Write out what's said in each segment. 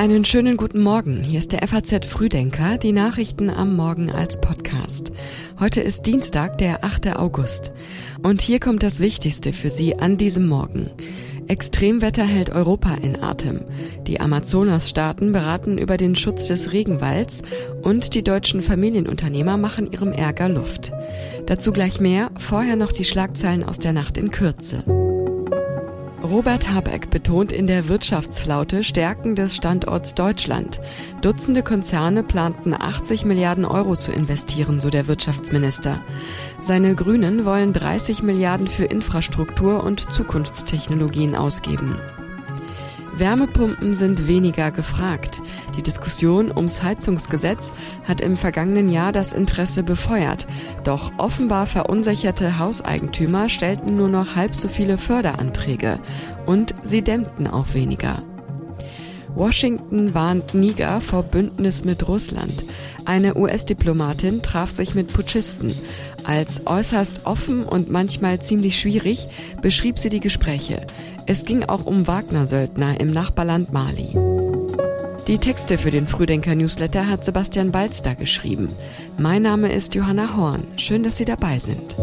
Einen schönen guten Morgen. Hier ist der FAZ Frühdenker, die Nachrichten am Morgen als Podcast. Heute ist Dienstag, der 8. August. Und hier kommt das Wichtigste für Sie an diesem Morgen. Extremwetter hält Europa in Atem. Die Amazonasstaaten beraten über den Schutz des Regenwalds und die deutschen Familienunternehmer machen ihrem Ärger Luft. Dazu gleich mehr, vorher noch die Schlagzeilen aus der Nacht in Kürze. Robert Habeck betont in der Wirtschaftsflaute Stärken des Standorts Deutschland. Dutzende Konzerne planten 80 Milliarden Euro zu investieren, so der Wirtschaftsminister. Seine Grünen wollen 30 Milliarden für Infrastruktur und Zukunftstechnologien ausgeben. Wärmepumpen sind weniger gefragt. Die Diskussion ums Heizungsgesetz hat im vergangenen Jahr das Interesse befeuert. Doch offenbar verunsicherte Hauseigentümer stellten nur noch halb so viele Förderanträge. Und sie dämmten auch weniger. Washington warnt Niger vor Bündnis mit Russland. Eine US-Diplomatin traf sich mit Putschisten. Als äußerst offen und manchmal ziemlich schwierig beschrieb sie die Gespräche. Es ging auch um Wagner-Söldner im Nachbarland Mali. Die Texte für den Frühdenker-Newsletter hat Sebastian Balzter geschrieben. Mein Name ist Johanna Horn. Schön, dass Sie dabei sind.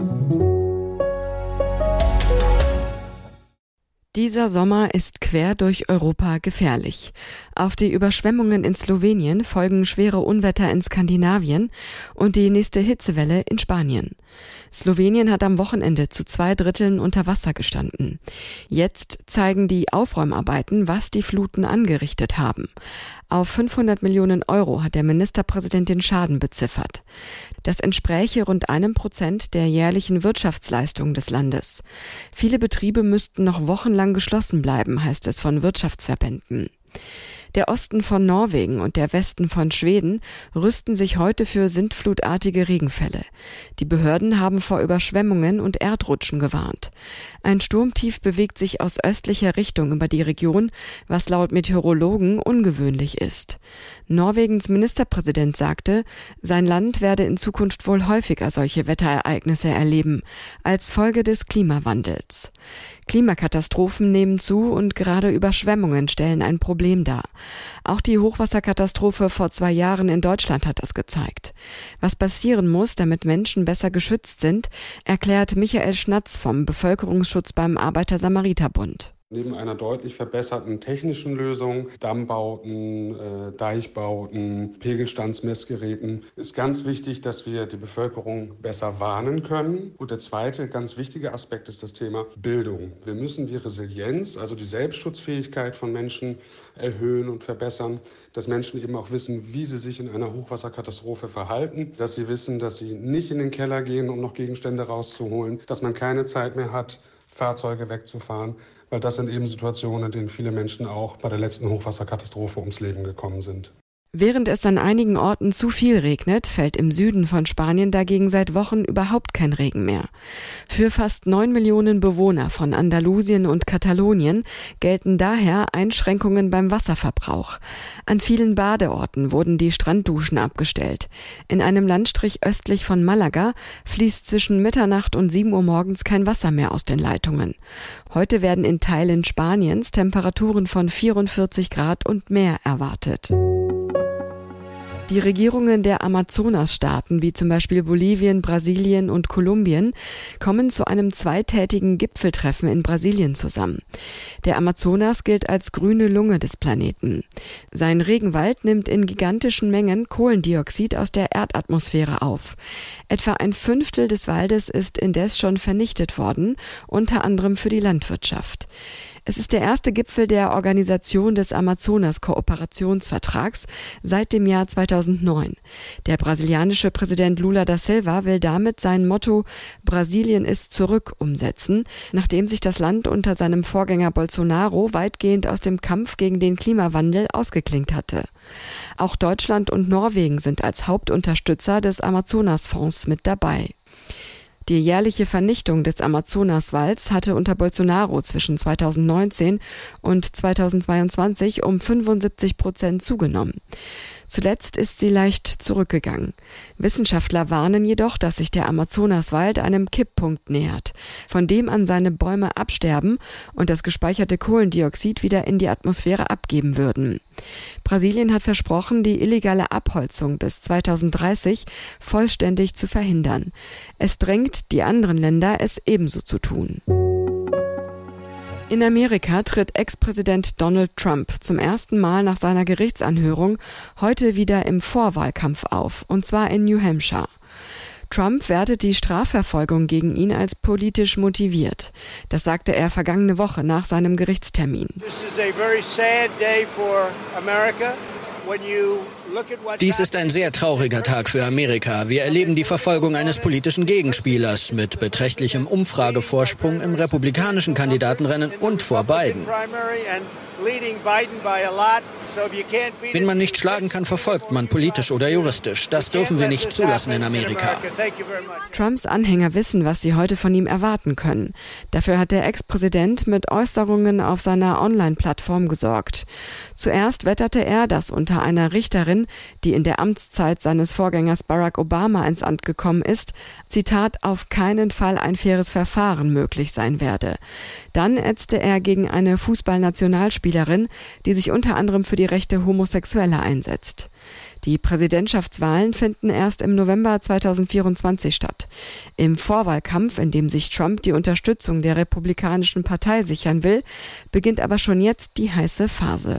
Dieser Sommer ist quer durch Europa gefährlich. Auf die Überschwemmungen in Slowenien folgen schwere Unwetter in Skandinavien und die nächste Hitzewelle in Spanien. Slowenien hat am Wochenende zu 2/3 unter Wasser gestanden. Jetzt zeigen die Aufräumarbeiten, was die Fluten angerichtet haben. Auf 500 Millionen Euro hat der Ministerpräsident den Schaden beziffert. Das entspräche rund 1% der jährlichen Wirtschaftsleistung des Landes. Viele Betriebe müssten noch wochenlang geschlossen bleiben, heißt es von Wirtschaftsverbänden. Der Osten von Norwegen und der Westen von Schweden rüsten sich heute für sintflutartige Regenfälle. Die Behörden haben vor Überschwemmungen und Erdrutschen gewarnt. Ein Sturmtief bewegt sich aus östlicher Richtung über die Region, was laut Meteorologen ungewöhnlich ist. Norwegens Ministerpräsident sagte, sein Land werde in Zukunft wohl häufiger solche Wetterereignisse erleben, als Folge des Klimawandels. Klimakatastrophen nehmen zu und gerade Überschwemmungen stellen ein Problem dar. Auch die Hochwasserkatastrophe vor 2 Jahren in Deutschland hat das gezeigt. Was passieren muss, damit Menschen besser geschützt sind, erklärt Michael Schnatz vom Bevölkerungsschutz beim Arbeiter-Samariter-Bund. Neben einer deutlich verbesserten technischen Lösung, Dammbauten, Deichbauten, Pegelstandsmessgeräten, ist ganz wichtig, dass wir die Bevölkerung besser warnen können. Und der zweite ganz wichtige Aspekt ist das Thema Bildung. Wir müssen die Resilienz, also die Selbstschutzfähigkeit von Menschen erhöhen und verbessern, dass Menschen eben auch wissen, wie sie sich in einer Hochwasserkatastrophe verhalten, dass sie wissen, dass sie nicht in den Keller gehen, um noch Gegenstände rauszuholen, dass man keine Zeit mehr hat, Fahrzeuge wegzufahren, weil das sind eben Situationen, in denen viele Menschen auch bei der letzten Hochwasserkatastrophe ums Leben gekommen sind. Während es an einigen Orten zu viel regnet, fällt im Süden von Spanien dagegen seit Wochen überhaupt kein Regen mehr. Für fast 9 Millionen Bewohner von Andalusien und Katalonien gelten daher Einschränkungen beim Wasserverbrauch. An vielen Badeorten wurden die Strandduschen abgestellt. In einem Landstrich östlich von Malaga fließt zwischen Mitternacht und 7 Uhr morgens kein Wasser mehr aus den Leitungen. Heute werden in Teilen Spaniens Temperaturen von 44 Grad und mehr erwartet. Die Regierungen der Amazonasstaaten, wie zum Beispiel Bolivien, Brasilien und Kolumbien, kommen zu einem zweitägigen Gipfeltreffen in Brasilien zusammen. Der Amazonas gilt als grüne Lunge des Planeten. Sein Regenwald nimmt in gigantischen Mengen Kohlendioxid aus der Erdatmosphäre auf. Etwa 1/5 des Waldes ist indes schon vernichtet worden, unter anderem für die Landwirtschaft. Es ist der erste Gipfel der Organisation des Amazonas-Kooperationsvertrags seit dem Jahr 2009. Der brasilianische Präsident Lula da Silva will damit sein Motto „Brasilien ist zurück" umsetzen, nachdem sich das Land unter seinem Vorgänger Bolsonaro weitgehend aus dem Kampf gegen den Klimawandel ausgeklinkt hatte. Auch Deutschland und Norwegen sind als Hauptunterstützer des Amazonasfonds mit dabei. Die jährliche Vernichtung des Amazonaswalds hatte unter Bolsonaro zwischen 2019 und 2022 um 75% zugenommen. Zuletzt ist sie leicht zurückgegangen. Wissenschaftler warnen jedoch, dass sich der Amazonaswald einem Kipppunkt nähert, von dem an seine Bäume absterben und das gespeicherte Kohlendioxid wieder in die Atmosphäre abgeben würden. Brasilien hat versprochen, die illegale Abholzung bis 2030 vollständig zu verhindern. Es drängt die anderen Länder, es ebenso zu tun. In Amerika tritt Ex-Präsident Donald Trump zum ersten Mal nach seiner Gerichtsanhörung heute wieder im Vorwahlkampf auf, und zwar in New Hampshire. Trump wertet die Strafverfolgung gegen ihn als politisch motiviert. Das sagte er vergangene Woche nach seinem Gerichtstermin. Dies ist ein sehr trauriger Tag für Amerika. Wir erleben die Verfolgung eines politischen Gegenspielers mit beträchtlichem Umfragevorsprung im republikanischen Kandidatenrennen und vor Biden. Wen man nicht schlagen kann, verfolgt man politisch oder juristisch. Das dürfen wir nicht zulassen in Amerika. Trumps Anhänger wissen, was sie heute von ihm erwarten können. Dafür hat der Ex-Präsident mit Äußerungen auf seiner Online-Plattform gesorgt. Zuerst wetterte er, dass unter einer Richterin, die in der Amtszeit seines Vorgängers Barack Obama ins Amt gekommen ist, Zitat, auf keinen Fall ein faires Verfahren möglich sein werde. Dann ätzte er gegen eine Fußballnationalspielerin, die sich unter anderem für die Rechte Homosexueller einsetzt. Die Präsidentschaftswahlen finden erst im November 2024 statt. Im Vorwahlkampf, in dem sich Trump die Unterstützung der Republikanischen Partei sichern will, beginnt aber schon jetzt die heiße Phase.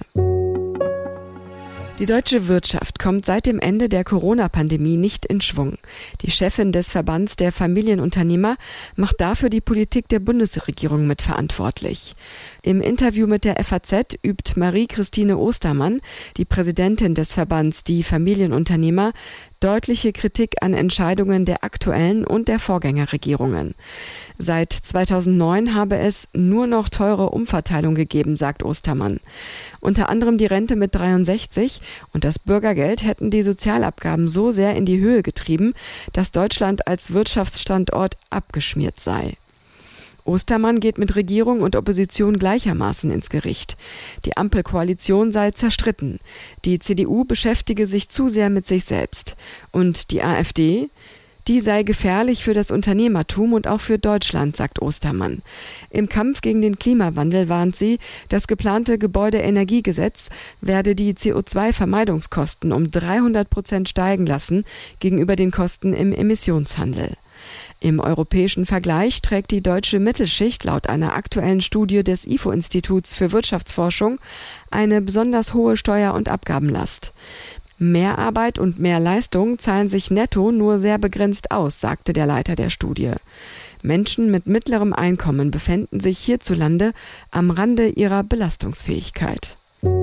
Die deutsche Wirtschaft kommt seit dem Ende der Corona-Pandemie nicht in Schwung. Die Chefin des Verbands der Familienunternehmer macht dafür die Politik der Bundesregierung mitverantwortlich. Im Interview mit der FAZ übt Marie-Christine Ostermann, die Präsidentin des Verbands Die Familienunternehmer, deutliche Kritik an Entscheidungen der aktuellen und der Vorgängerregierungen. Seit 2009 habe es nur noch teure Umverteilung gegeben, sagt Ostermann. Unter anderem die Rente mit 63 und das Bürgergeld hätten die Sozialabgaben so sehr in die Höhe getrieben, dass Deutschland als Wirtschaftsstandort abgeschmiert sei. Ostermann geht mit Regierung und Opposition gleichermaßen ins Gericht. Die Ampelkoalition sei zerstritten. Die CDU beschäftige sich zu sehr mit sich selbst. Und die AfD? Die sei gefährlich für das Unternehmertum und auch für Deutschland, sagt Ostermann. Im Kampf gegen den Klimawandel warnt sie, das geplante Gebäudeenergiegesetz werde die CO2-Vermeidungskosten um 300% steigen lassen gegenüber den Kosten im Emissionshandel. Im europäischen Vergleich trägt die deutsche Mittelschicht laut einer aktuellen Studie des IFO-Instituts für Wirtschaftsforschung eine besonders hohe Steuer- und Abgabenlast. Mehr Arbeit und mehr Leistung zahlen sich netto nur sehr begrenzt aus, sagte der Leiter der Studie. Menschen mit mittlerem Einkommen befänden sich hierzulande am Rande ihrer Belastungsfähigkeit.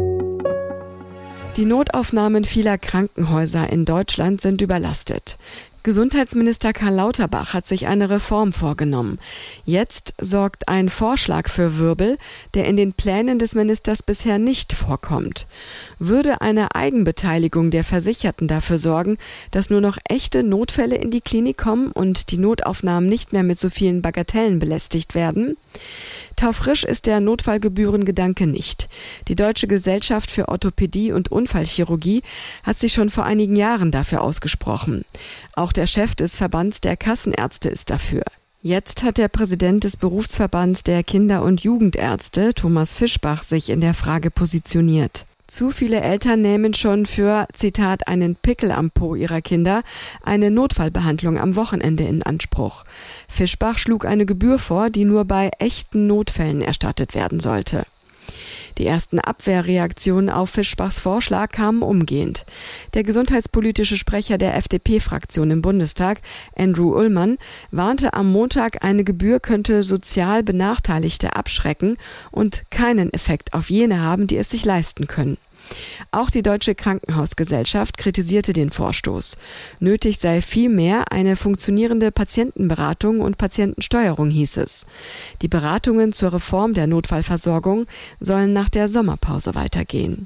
Die Notaufnahmen vieler Krankenhäuser in Deutschland sind überlastet. Gesundheitsminister Karl Lauterbach hat sich eine Reform vorgenommen. Jetzt sorgt ein Vorschlag für Wirbel, der in den Plänen des Ministers bisher nicht vorkommt. Würde eine Eigenbeteiligung der Versicherten dafür sorgen, dass nur noch echte Notfälle in die Klinik kommen und die Notaufnahmen nicht mehr mit so vielen Bagatellen belästigt werden? Taufrisch ist der Notfallgebührengedanke nicht. Die Deutsche Gesellschaft für Orthopädie und Unfallchirurgie hat sich schon vor einigen Jahren dafür ausgesprochen. Auch der Chef des Verbands der Kassenärzte ist dafür. Jetzt hat der Präsident des Berufsverbands der Kinder- und Jugendärzte, Thomas Fischbach, sich in der Frage positioniert. Zu viele Eltern nehmen schon für, Zitat, einen Pickel am Po ihrer Kinder eine Notfallbehandlung am Wochenende in Anspruch. Fischbach schlug eine Gebühr vor, die nur bei echten Notfällen erstattet werden sollte. Die ersten Abwehrreaktionen auf Fischbachs Vorschlag kamen umgehend. Der gesundheitspolitische Sprecher der FDP-Fraktion im Bundestag, Andrew Ullmann, warnte am Montag, eine Gebühr könnte sozial Benachteiligte abschrecken und keinen Effekt auf jene haben, die es sich leisten können. Auch die Deutsche Krankenhausgesellschaft kritisierte den Vorstoß. Nötig sei vielmehr eine funktionierende Patientenberatung und Patientensteuerung, hieß es. Die Beratungen zur Reform der Notfallversorgung sollen nach der Sommerpause weitergehen.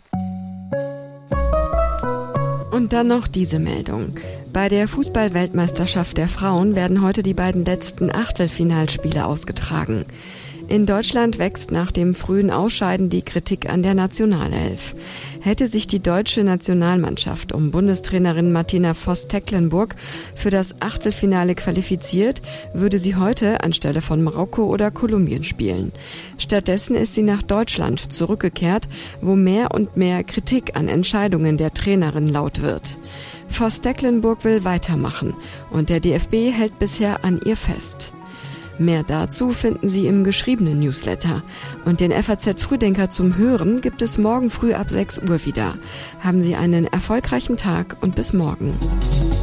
Und dann noch diese Meldung. Bei der Fußball-Weltmeisterschaft der Frauen werden heute die beiden letzten Achtelfinalspiele ausgetragen. In Deutschland wächst nach dem frühen Ausscheiden die Kritik an der Nationalelf. Hätte sich die deutsche Nationalmannschaft um Bundestrainerin Martina Voss-Tecklenburg für das Achtelfinale qualifiziert, würde sie heute anstelle von Marokko oder Kolumbien spielen. Stattdessen ist sie nach Deutschland zurückgekehrt, wo mehr und mehr Kritik an Entscheidungen der Trainerin laut wird. Voss-Tecklenburg will weitermachen und der DFB hält bisher an ihr fest. Mehr dazu finden Sie im geschriebenen Newsletter. Und den FAZ Frühdenker zum Hören gibt es morgen früh ab 6 Uhr wieder. Haben Sie einen erfolgreichen Tag und bis morgen.